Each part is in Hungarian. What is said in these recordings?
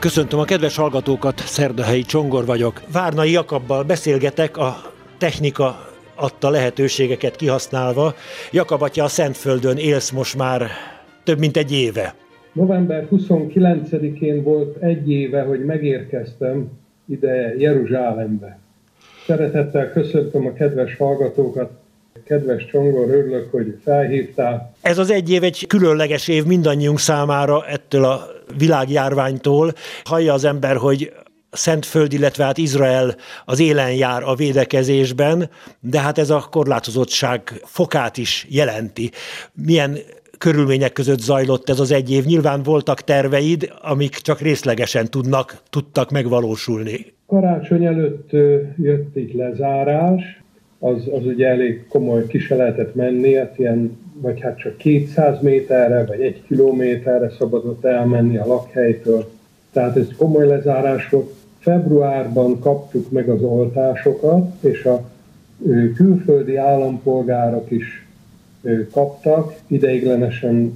Köszöntöm a kedves hallgatókat, Szerdahelyi Csongor vagyok. Várnai Jakabbal beszélgetek a technika adta lehetőségeket kihasználva. Jakab atya, a Szentföldön élsz most már több mint egy éve. November 29-én volt egy éve, hogy megérkeztem ide Jeruzsálembe. Szeretettel köszöntöm a kedves hallgatókat. Kedves Csongor, örülök, hogy felhívtál. Ez az egy év egy különleges év mindannyiunk számára ettől a világjárványtól. Hallja az ember, hogy Szentföld, illetve hát Izrael az élen jár a védekezésben, de hát ez a korlátozottság fokát is jelenti. Milyen körülmények között zajlott ez az egy év? Nyilván voltak terveid, amik csak részlegesen tudtak megvalósulni. Karácsony előtt jött itt lezárás, az ugye elég komoly, ki se lehetett menni, hát ilyen, vagy hát csak 200 méterre, vagy 1 kilométerre szabadott elmenni a lakhelytől. Tehát ez komoly lezárás volt. Februárban kaptuk meg az oltásokat, és a külföldi állampolgárok is kaptak, ideiglenesen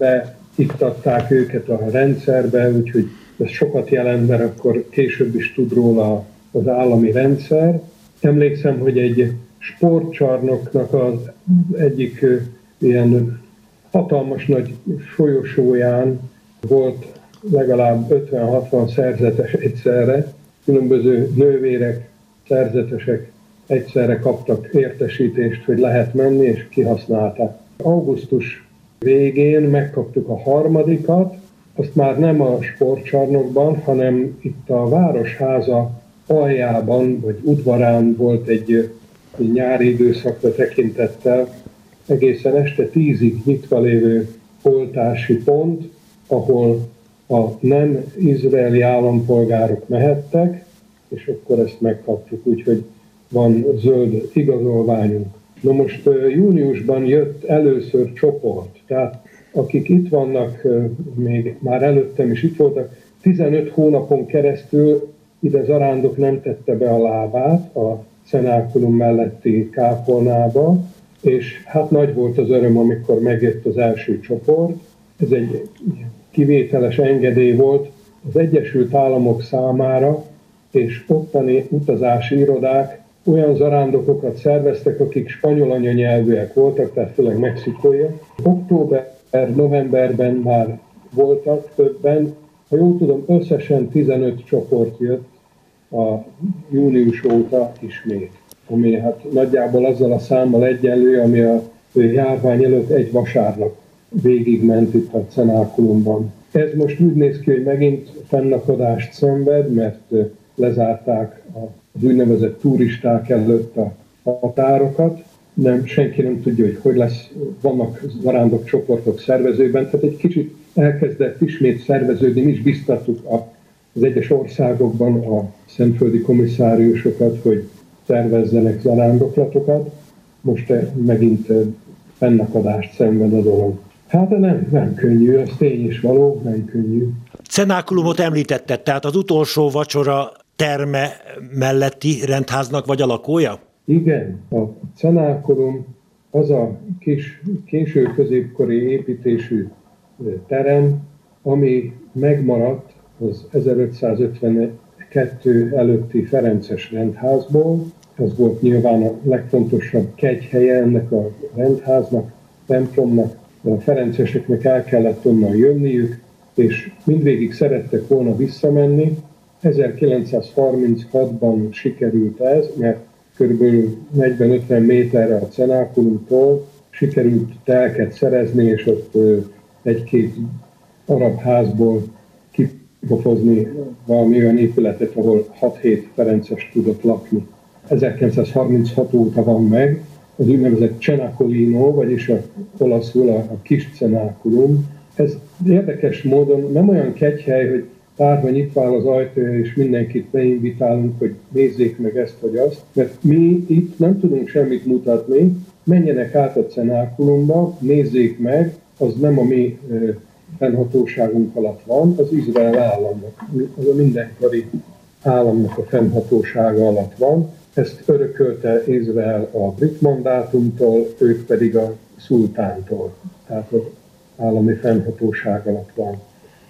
beiktatták őket a rendszerbe, úgyhogy ez sokat jelent, mert akkor később is tud róla az állami rendszer. Emlékszem, hogy egy sportcsarnoknak az egyik ilyen hatalmas nagy folyosóján volt legalább 50-60 szerzetes egyszerre, különböző nővérek, szerzetesek egyszerre kaptak értesítést, hogy lehet menni, és kihasználták. Augusztus végén megkaptuk a harmadikat, azt már nem a sportcsarnokban, hanem itt a Városháza aljában, vagy udvarán volt egy nyári időszakra tekintettel egészen este 10-ig nyitva lévő oltási pont, ahol a nem izraeli állampolgárok mehettek, és akkor ezt megkaptuk, úgyhogy van zöld igazolványunk. Na most júniusban jött először csoport, tehát akik itt vannak, még már előttem is itt voltak, 15 hónapon keresztül ide zarándok nem tette be a lábát a cenákulum melletti kápolnába, és hát nagy volt az öröm, amikor megjött az első csoport. Ez egy kivételes engedély volt az Egyesült Államok számára, és ottani utazási irodák olyan zarándokokat szerveztek, akik spanyol anyanyelvűek voltak, tehát főleg mexikóiak. Október-novemberben már voltak többen, ha jól tudom, összesen 15 csoport jött a június óta ismét, ami hát nagyjából azzal a számmal egyenlő, ami a járvány előtt egy vasárnap végigment itt a cenákulumban. Ez most úgy néz ki, hogy megint fennakadást szenved, mert lezárták az úgynevezett turisták előtt a határokat. Senki nem tudja, hogy lesz, vannak zarándok csoportok szervezőben, tehát egy kicsit elkezdett ismét szerveződni, mi is biztattuk az egyes országokban a szentföldi komisszáriusokat, hogy szervezzenek zarándoklatokat. Most megint fennakadást szenved a dolog. Hát nem könnyű, az tény is való, nem könnyű. Cenákulumot említetted, tehát az utolsó vacsora terme melletti rendháznak vagy a lakója? Igen, a cenákulum az a kis késő középkori építésű terem, ami megmaradt az 1552 előtti ferences rendházból. Ez volt nyilván a legfontosabb kegyhelye ennek a rendháznak, templomnak. A ferenceseknek el kellett onnan jönniük, és mindvégig szerettek volna visszamenni. 1936-ban sikerült ez, mert kb. 40-50 méterre a cenákulumtól sikerült telket szerezni, és ott egy-két arab házból kipofozni valami olyan épületet, ahol 6-7 ferences tudott lakni. 1936 óta van meg az úgynevezett cenacolino, vagyis olaszul a kis cenákulum. Ez érdekes módon nem olyan kegyhely, hogy tárva nyitva áll az ajtója, és mindenkit beinvitálunk, hogy nézzék meg ezt vagy azt, mert mi itt nem tudunk semmit mutatni, menjenek át a cenákulumba, nézzék meg, az nem a mi fennhatóságunk alatt van, az Izrael államnak, az a mindenkori államnak a fennhatósága alatt van. Ezt örökölte Izrael a brit mandátumtól, ők pedig a szultántól, tehát az állami fennhatóság alatt van.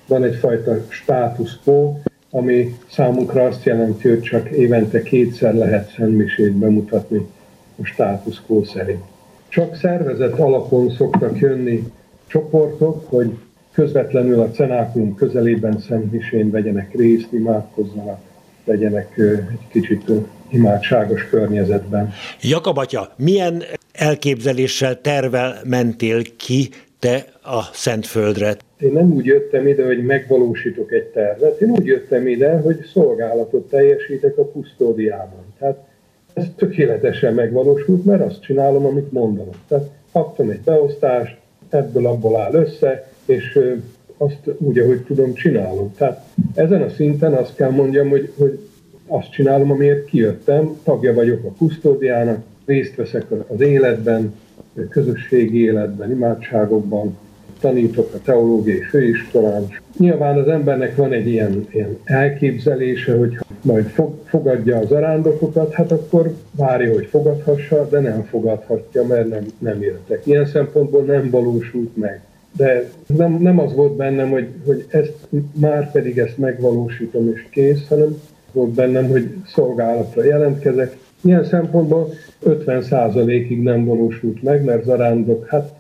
van egyfajta status quo, ami számunkra azt jelenti, hogy csak évente 2-szer lehet szentmisét bemutatni a status quo szerint. Csak szervezett alapon szoktak jönni csoportok, hogy közvetlenül a cenákulum közelében szentmisén vegyenek részt, imádkozzanak, legyenek egy kicsit imádságos környezetben. Jakab atya, milyen elképzeléssel, tervvel mentél ki te a Szentföldre? Én nem úgy jöttem ide, hogy megvalósítok egy tervet, én úgy jöttem ide, hogy szolgálatot teljesítek a kusztódiában. Tehát ez tökéletesen megvalósult, mert azt csinálom, amit mondanak. Tehát adtam egy beosztást, ebből abból áll össze, és azt úgy, ahogy tudom, csinálom. Tehát ezen a szinten azt kell mondjam, hogy azt csinálom, amiért kijöttem, tagja vagyok a kusztódiának, részt veszek az életben, közösségi életben, imádságokban, tanítok a teológiai főiskolán. Nyilván az embernek van egy ilyen elképzelése, hogy majd fogadja az zarándokokat, hát akkor várja, hogy fogadhassa, de nem fogadhatja, mert nem jöttek. Ilyen szempontból nem valósult meg. De nem az volt bennem, hogy már pedig ezt megvalósítom és kész, hanem volt bennem, hogy szolgálatra jelentkezek. Ilyen szempontból 50%-ig nem valósult meg, mert zarándok, hát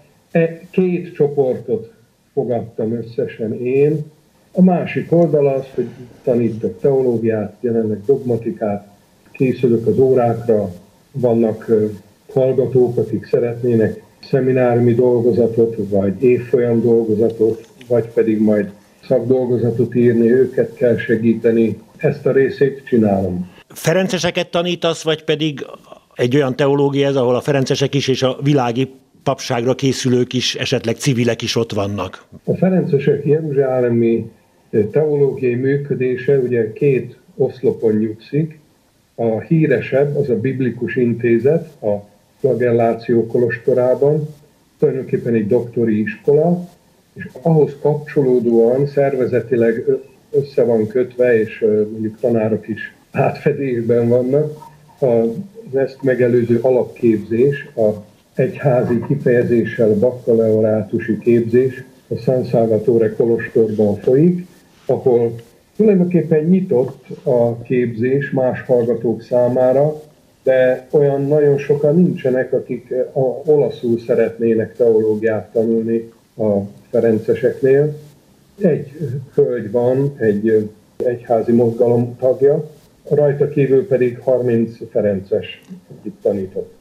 2 csoportot fogadtam összesen én. A másik oldal az, hogy tanítok teológiát, jelenleg dogmatikát, készülök az órákra, vannak hallgatók, akik szeretnének szemináriumi dolgozatot, vagy évfolyam dolgozatot, vagy pedig majd szakdolgozatot írni, őket kell segíteni. Ezt a részét csinálom. Ferenceseket tanítasz, vagy pedig egy olyan teológia ez, ahol a ferencesek is és a világi papságra készülők is, esetleg civilek is ott vannak? A ferencesek jeruzsálemi teológiai működése ugye 2 oszlopon nyugszik. A híresebb az a Biblikus Intézet a Flagelláció kolostorában, tulajdonképpen egy doktori iskola, és ahhoz kapcsolódóan szervezetileg össze van kötve, és mondjuk tanárok is átfedésben vannak. Az ezt megelőző alapképzés, a egyházi kifejezéssel baccalaureátusi képzés a San Salvatore kolostorban folyik, ahol tulajdonképpen nyitott a képzés más hallgatók számára, de olyan nagyon sokan nincsenek, akik olaszul szeretnének teológiát tanulni a ferenceseknél. Egy hölgy van, egy egyházi mozgalom tagja, rajta kívül pedig 30 ferences, akit tanított.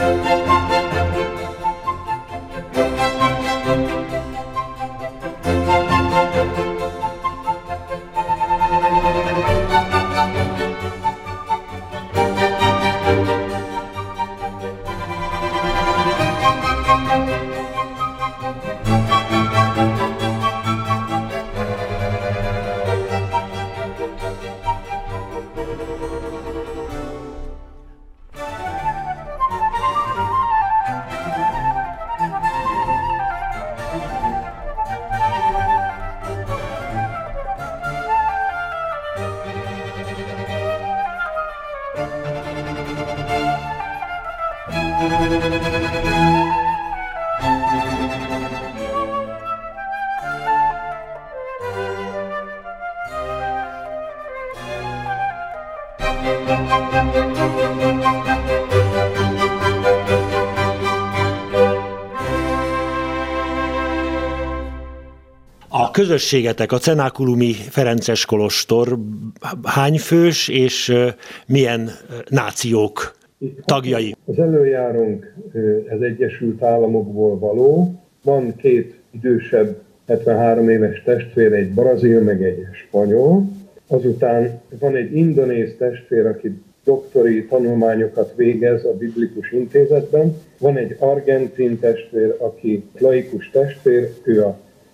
A közösségetek, a cenákulumi ferences kolostor hány fős és milyen nációk tagjai? Az előjárónk az Egyesült Államokból való. Van 2 idősebb, 73 éves testvér, egy brazil, meg egy spanyol. Azután van egy indonéz testvér, aki doktori tanulmányokat végez a Biblikus Intézetben. Van egy argentin testvér, aki laikus testvér, ő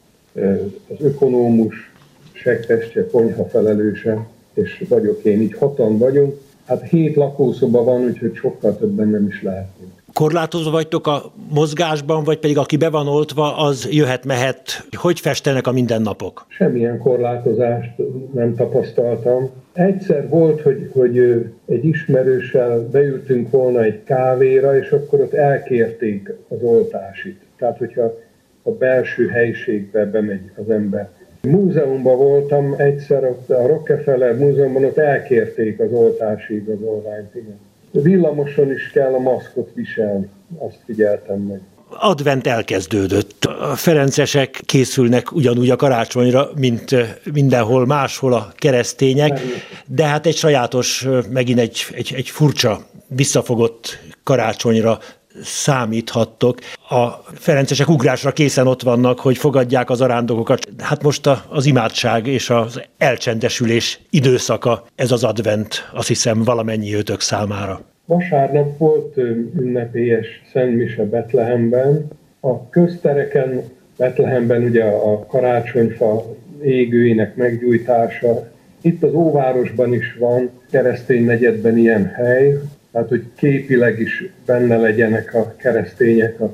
az ökonómus, segtestje, konyha felelőse, és vagyok én, így 6-an vagyunk. Hát 7 lakószoba van, úgyhogy sokkal többen nem is lehetünk. Korlátozva vagytok a mozgásban, vagy pedig aki be van oltva, az jöhet-mehet? Hogy festenek a mindennapok? Semmilyen korlátozást nem tapasztaltam. Egyszer volt, hogy egy ismerőssel beültünk volna egy kávéra, és akkor ott elkérték az oltásit. Tehát, hogyha a belső helyiségbe bemegy az ember. Múzeumban voltam egyszer, ott a Rockefeller Múzeumban, ott elkérték az oltási igazolványt, igen. Villamoson is kell a maszkot viselni, azt figyeltem meg. Advent elkezdődött. A ferencesek készülnek ugyanúgy a karácsonyra, mint mindenhol máshol a keresztények, de hát egy sajátos, megint egy furcsa, visszafogott karácsonyra számíthattok. A ferencesek ugrásra készen ott vannak, hogy fogadják az arándokokat. Hát most az imádság és az elcsendesülés időszaka, ez az advent, azt hiszem valamennyi őtök számára. Vasárnap volt ünnepélyes szentmise Betlehemben. A köztereken, Betlehemben ugye a karácsonyfa égőinek meggyújtása. Itt az óvárosban is van, keresztény negyedben ilyen hely, tehát hogy képileg is benne legyenek a keresztények a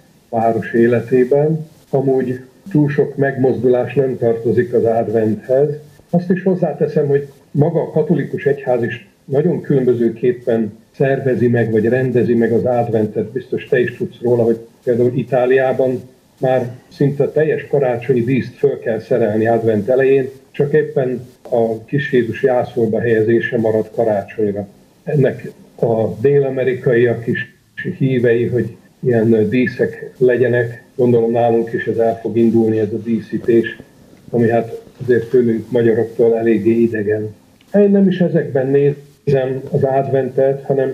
város életében. Amúgy túl sok megmozdulás nem tartozik az adventhez. Azt is hozzáteszem, hogy maga a katolikus egyház is nagyon különbözőképpen szervezi meg, vagy rendezi meg az adventet. Biztos te is tudsz róla, hogy például Itáliában már szinte teljes karácsonyi díszt föl kell szerelni advent elején, csak éppen a kis Jézus jászolba helyezése marad karácsonyra. Ennek a dél-amerikaiak is hívei, hogy ilyen díszek legyenek. Gondolom nálunk is ez el fog indulni, ez a díszítés, ami hát azért tőlünk magyaroktól eléggé idegen. Én nem is ezekben nézem az adventet, hanem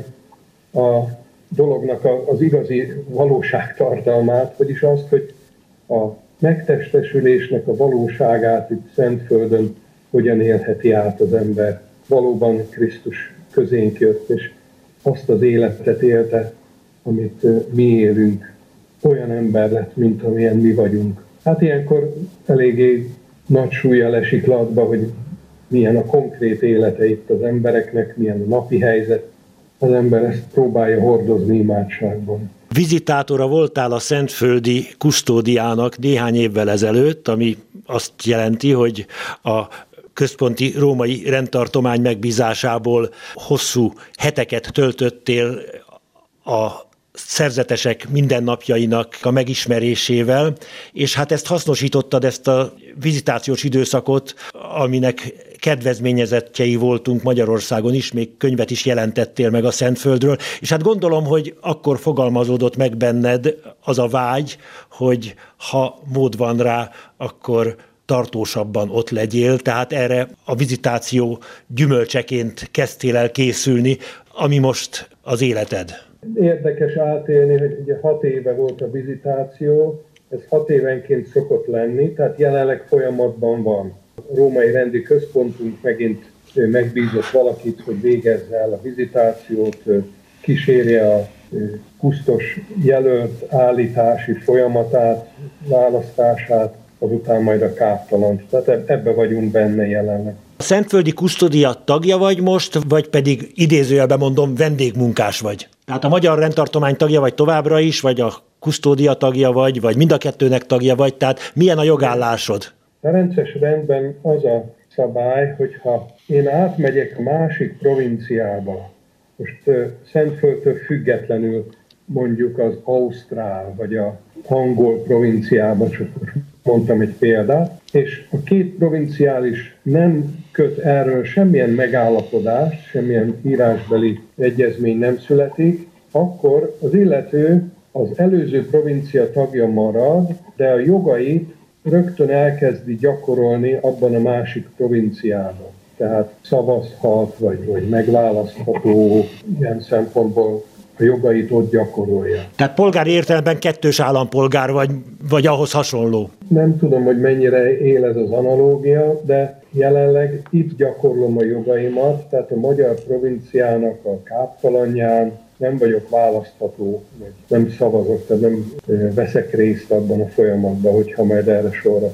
a dolognak az igazi valóságtartalmát, vagyis azt, hogy a megtestesülésnek a valóságát itt Szentföldön hogyan élheti át az ember. Valóban Krisztus közénk jött, és azt az életet élte, amit mi élünk. Olyan ember lett, mint amilyen mi vagyunk. Hát ilyenkor eléggé nagy súllyal esik latba, hogy milyen a konkrét élete itt az embereknek, milyen a napi helyzet. Az ember ezt próbálja hordozni imádságban. Vizitátora voltál a szentföldi kusztódiának néhány évvel ezelőtt, ami azt jelenti, hogy a központi római rendtartomány megbízásából hosszú heteket töltöttél a szerzetesek mindennapjainak a megismerésével, és hát ezt hasznosítottad, ezt a vizitációs időszakot, aminek kedvezményezettjei voltunk Magyarországon is, még könyvet is jelentettél meg a Szentföldről, és hát gondolom, hogy akkor fogalmazódott meg benned az a vágy, hogy ha mód van rá, akkor tartósabban ott legyél, tehát erre a vizitáció gyümölcseként kezdtél el készülni, ami most az életed. Érdekes átélni, hogy ugye 6 éve volt a vizitáció, ez 6 évenként szokott lenni, tehát jelenleg folyamatban van. A római rendi központunk megint megbízott valakit, hogy végezze el a vizitációt, kísérje a kusztos jelölt állítási folyamatát, választását, azután majd a káptalant. Tehát ebbe vagyunk benne jelenleg. A Szentföldi Kusztódia tagja vagy most, vagy pedig idézőjelben mondom, vendégmunkás vagy? Tehát a Magyar Rendtartomány tagja vagy továbbra is, vagy a kusztódia tagja vagy mind a kettőnek tagja vagy, tehát milyen a jogállásod? A rendes rendben az a szabály, hogyha én átmegyek a másik provinciába, most Szentföldtől függetlenül mondjuk az ausztrál vagy a angol provinciába, csak mondtam egy példát, és a két provinciális nem köt erről semmilyen megállapodást, semmilyen írásbeli egyezmény nem születik, akkor az illető az előző provincia tagja marad, de a jogait rögtön elkezdi gyakorolni abban a másik provinciában. Tehát szavazhat, vagy megválasztható, ilyen szempontból a jogait ott gyakorolja. Tehát polgári értelemben kettős állampolgár vagy ahhoz hasonló? Nem tudom, hogy mennyire él ez az analógia, de jelenleg itt gyakorlom a jogaimat, tehát a magyar provinciának a káptalanján nem vagyok választható, nem szavazok, tehát nem veszek részt abban a folyamatban, hogyha majd erre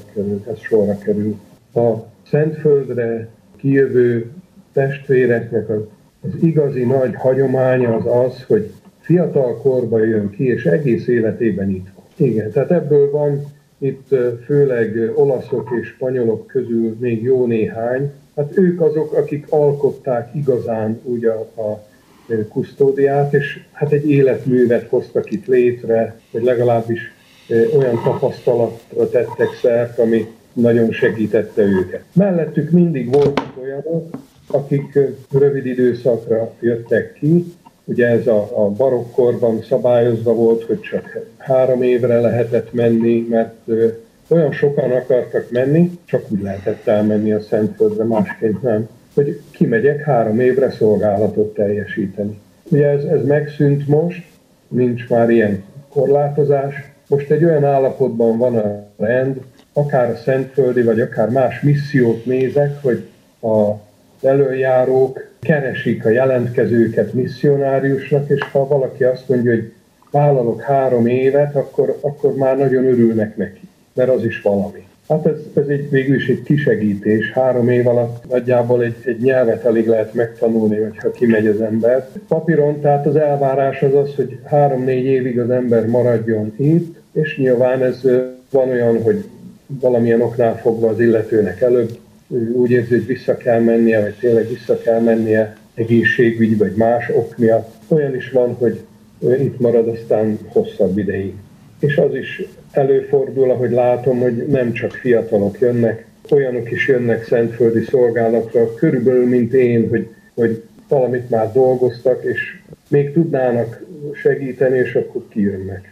sorra kerül. A Szentföldre kijövő testvéreknek az igazi nagy hagyománya az, hogy fiatal korban jön ki, és egész életében itt van. Igen, tehát ebből van itt főleg olaszok és spanyolok közül még jó néhány. Hát ők azok, akik alkották igazán úgy a kusztódiát, és hát egy életművet hoztak itt létre, hogy legalábbis olyan tapasztalatra tettek szert, ami nagyon segítette őket. Mellettük mindig voltak olyanok, akik rövid időszakra jöttek ki. Ugye ez a barokkorban szabályozva volt, hogy csak 3 évre lehetett menni, mert olyan sokan akartak menni, csak úgy lehetett elmenni a Szentföldre, másként nem, hogy kimegyek 3 évre szolgálatot teljesíteni. Ugye ez megszűnt most, nincs már ilyen korlátozás. Most egy olyan állapotban van a rend, akár a szentföldi, vagy akár más missziót nézek, hogy az elöljárók keresik a jelentkezőket misszionáriusnak, és ha valaki azt mondja, hogy vállalok 3 évet, akkor már nagyon örülnek neki, mert az is valami. Hát ez végül is egy kisegítés. 3 év alatt nagyjából egy nyelvet alig lehet megtanulni, hogyha kimegy az ember. Papíron, tehát az elvárás az, hogy 3-4 évig az ember maradjon itt, és nyilván ez van olyan, hogy valamilyen oknál fogva az illetőnek előbb úgy érzi, hogy vissza kell mennie, vagy tényleg vissza kell mennie egészségügy, vagy más ok miatt. Olyan is van, hogy itt marad aztán hosszabb ideig. És az is előfordul, ahogy látom, hogy nem csak fiatalok jönnek, olyanok is jönnek szentföldi szolgálatra, körülbelül mint én, hogy valamit már dolgoztak, és még tudnának segíteni, és akkor kijönnek.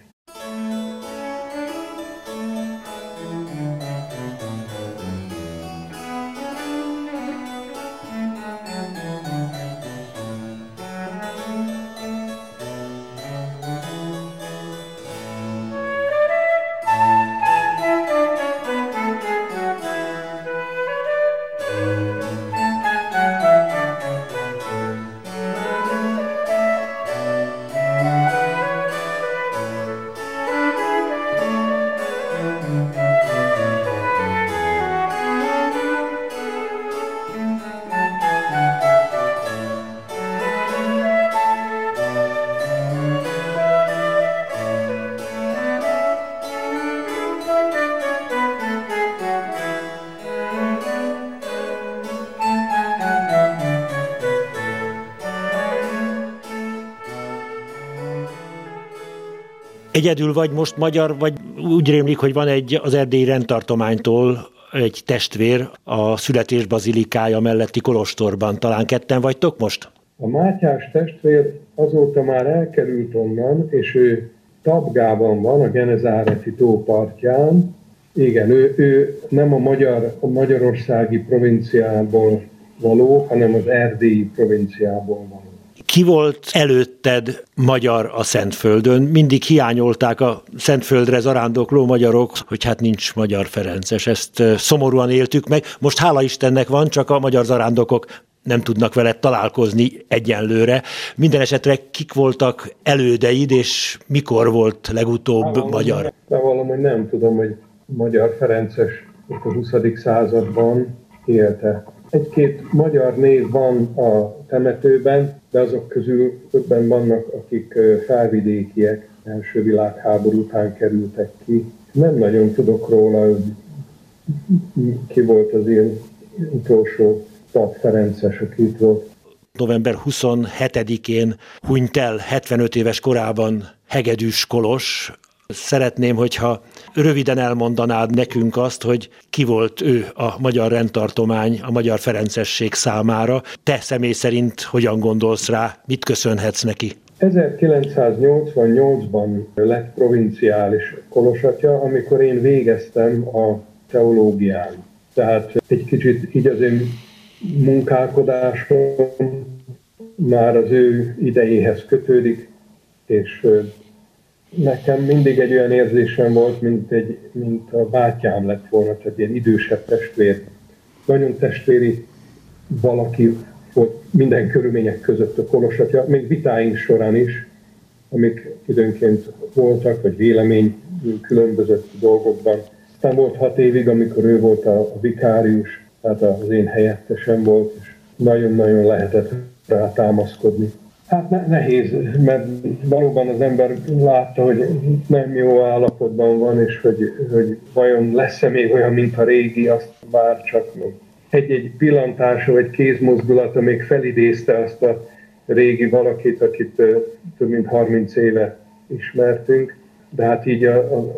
Egyedül vagy most magyar, vagy úgy rémlik, hogy van az erdélyi rendtartománytól egy testvér a Születés Bazilikája melletti kolostorban. Talán ketten vagytok most? A Mátyás testvér azóta már elkerült onnan, és ő Tabgában van, a Genezáreti tó partján. Igen, ő nem a magyarországi provinciából való, hanem az erdélyi provinciából való. Ki volt előtted magyar a Szentföldön? Mindig hiányolták a Szentföldre zarándokló magyarok, hogy hát nincs magyar ferences. Ezt szomorúan éltük meg. Most hála Istennek van, csak a magyar zarándokok nem tudnak veled találkozni egyenlőre. Minden esetre kik voltak elődeid, és mikor volt legutóbb magyar? Bevallom, hogy nem tudom, hogy magyar ferences a 20. században élte. Egy-két magyar név van a temetőben, de azok közül többen vannak, akik felvidékiek, első világháború után kerültek ki. Nem nagyon tudok róla, hogy ki volt az én utolsó Tat ferences, aki itt volt. November 27-én hunyt el 75 éves korában Hegedűs Kolos. Szeretném, hogyha röviden elmondanád nekünk azt, hogy ki volt ő a magyar rendtartomány, a magyar ferencesség számára. Te személy szerint hogyan gondolsz rá, mit köszönhetsz neki? 1988-ban lett provinciális kolosatja, amikor én végeztem a teológián. Tehát egy kicsit így az én munkálkodásom már az ő idejéhez kötődik, és nekem mindig egy olyan érzésem volt, mint a bátyám lett volna, tehát ilyen idősebb testvér. Nagyon testvéri valaki volt minden körülmények között a kolosatja, még vitáink során is, amik időnként voltak, vagy vélemény különbözött dolgokban. Aztán volt 6 évig, amikor ő volt a vikárius, tehát az én helyettesem volt, és nagyon-nagyon lehetett rá támaszkodni. Hát nehéz, mert valóban az ember látta, hogy nem jó állapotban van, és hogy vajon lesz-e még olyan, mint a régi, azt már csak egy pillantása vagy kézmozdulata még felidézte azt a régi valakit, akit több mint 30 éve ismertünk, de hát így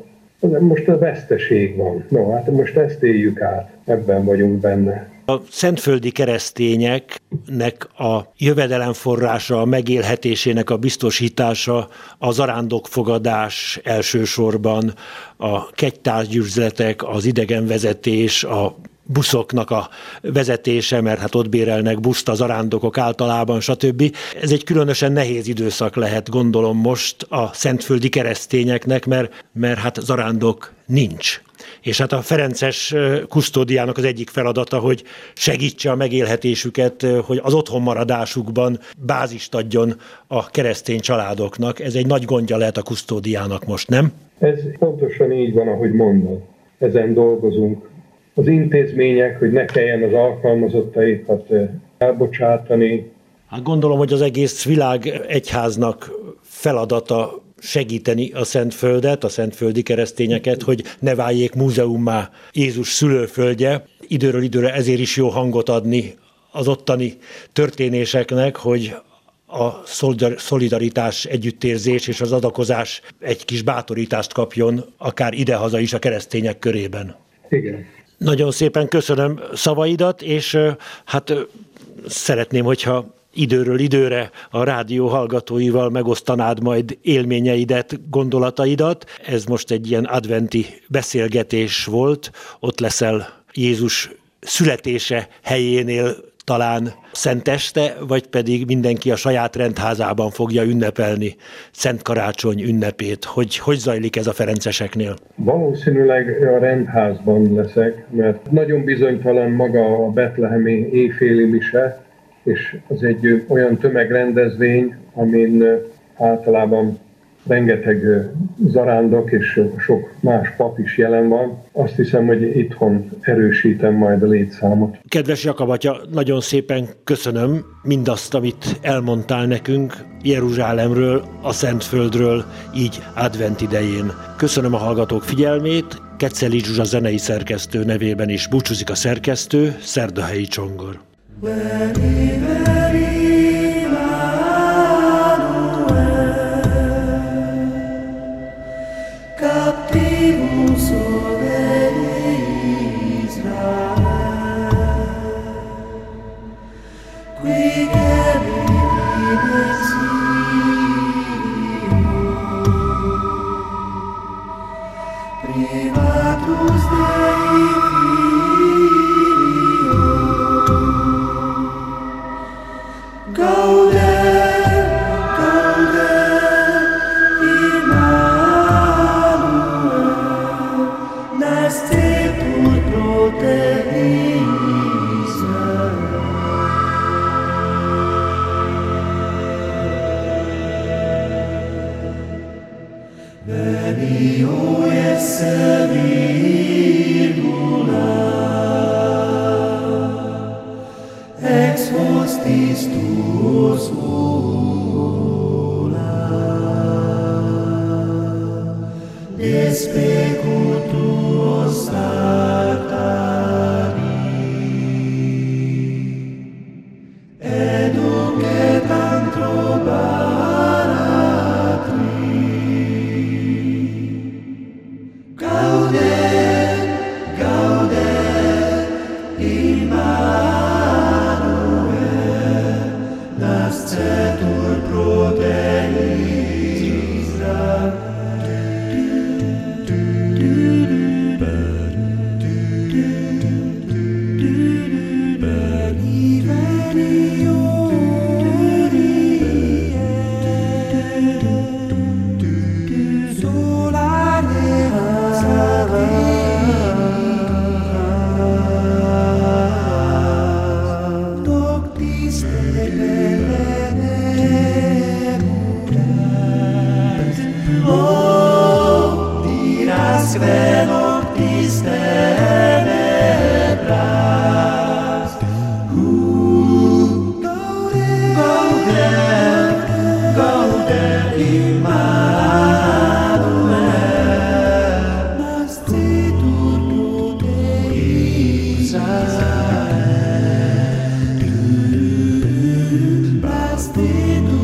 Most a veszteség van. No, hát most ezt éljük át, ebben vagyunk benne. A szentföldi keresztényeknek a jövedelemforrása, a megélhetésének a biztosítása, a zarándokfogadás elsősorban, a kegytárgyüzletek, az idegenvezetés, a buszoknak a vezetése, mert hát ott bérelnek buszt a zarándokok általában, stb. Ez egy különösen nehéz időszak lehet, gondolom most a szentföldi keresztényeknek, mert hát zarándok nincs. És hát a ferences kusztódiának az egyik feladata, hogy segítse a megélhetésüket, hogy az otthonmaradásukban bázist adjon a keresztény családoknak. Ez egy nagy gondja lehet a kusztódiának most, nem? Ez pontosan így van, ahogy mondod. Ezen dolgozunk. Az intézmények, hogy ne kelljen az alkalmazottaikat elbocsátani. Hát gondolom, hogy az egész világ egyháznak feladata segíteni a Szentföldet, a szentföldi keresztényeket, hogy ne váljék múzeummá Jézus szülőföldje. Időről időre ezért is jó hangot adni az ottani történéseknek, hogy a szolidaritás, együttérzés és az adakozás egy kis bátorítást kapjon, akár idehaza is a keresztények körében. Igen. Nagyon szépen köszönöm szavaidat, és hát szeretném, hogyha időről időre a rádió hallgatóival megosztanád majd élményeidet, gondolataidat. Ez most egy ilyen adventi beszélgetés volt. Ott leszel Jézus születése helyénél talán szenteste, vagy pedig mindenki a saját rendházában fogja ünnepelni Szent Karácsony ünnepét. Hogy zajlik ez a ferenceseknél? Valószínűleg a rendházban leszek, mert nagyon bizonytalan maga a betlehemi éjféli mise, és az egy olyan tömegrendezvény, amin általában rengeteg zarándok és sok más pap is jelen van. Azt hiszem, hogy itthon erősítem majd a létszámot. Kedves Jakab atya, nagyon szépen köszönöm mindazt, amit elmondtál nekünk Jeruzsálemről, a Szentföldről, így advent idején. Köszönöm a hallgatók figyelmét, Keceli Zsuzsa zenei szerkesztő nevében is búcsúzik a szerkesztő, Szerdahelyi Csongor.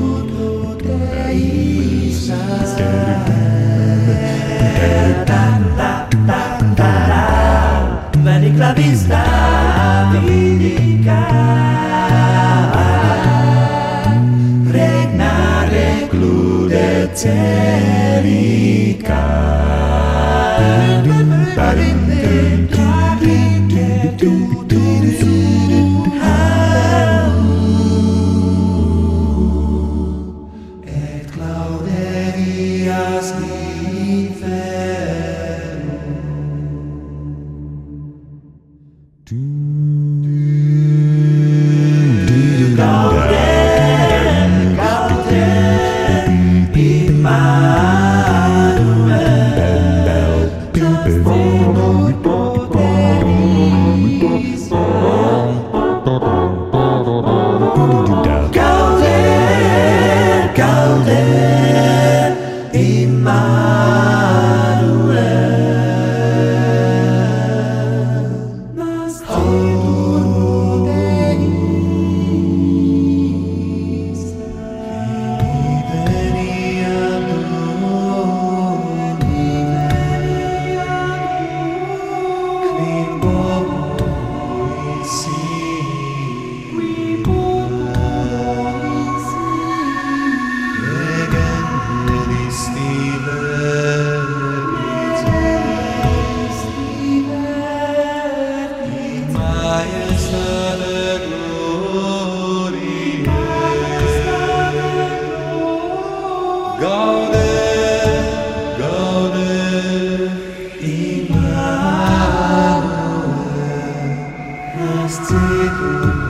Israel. Immanuel, nascido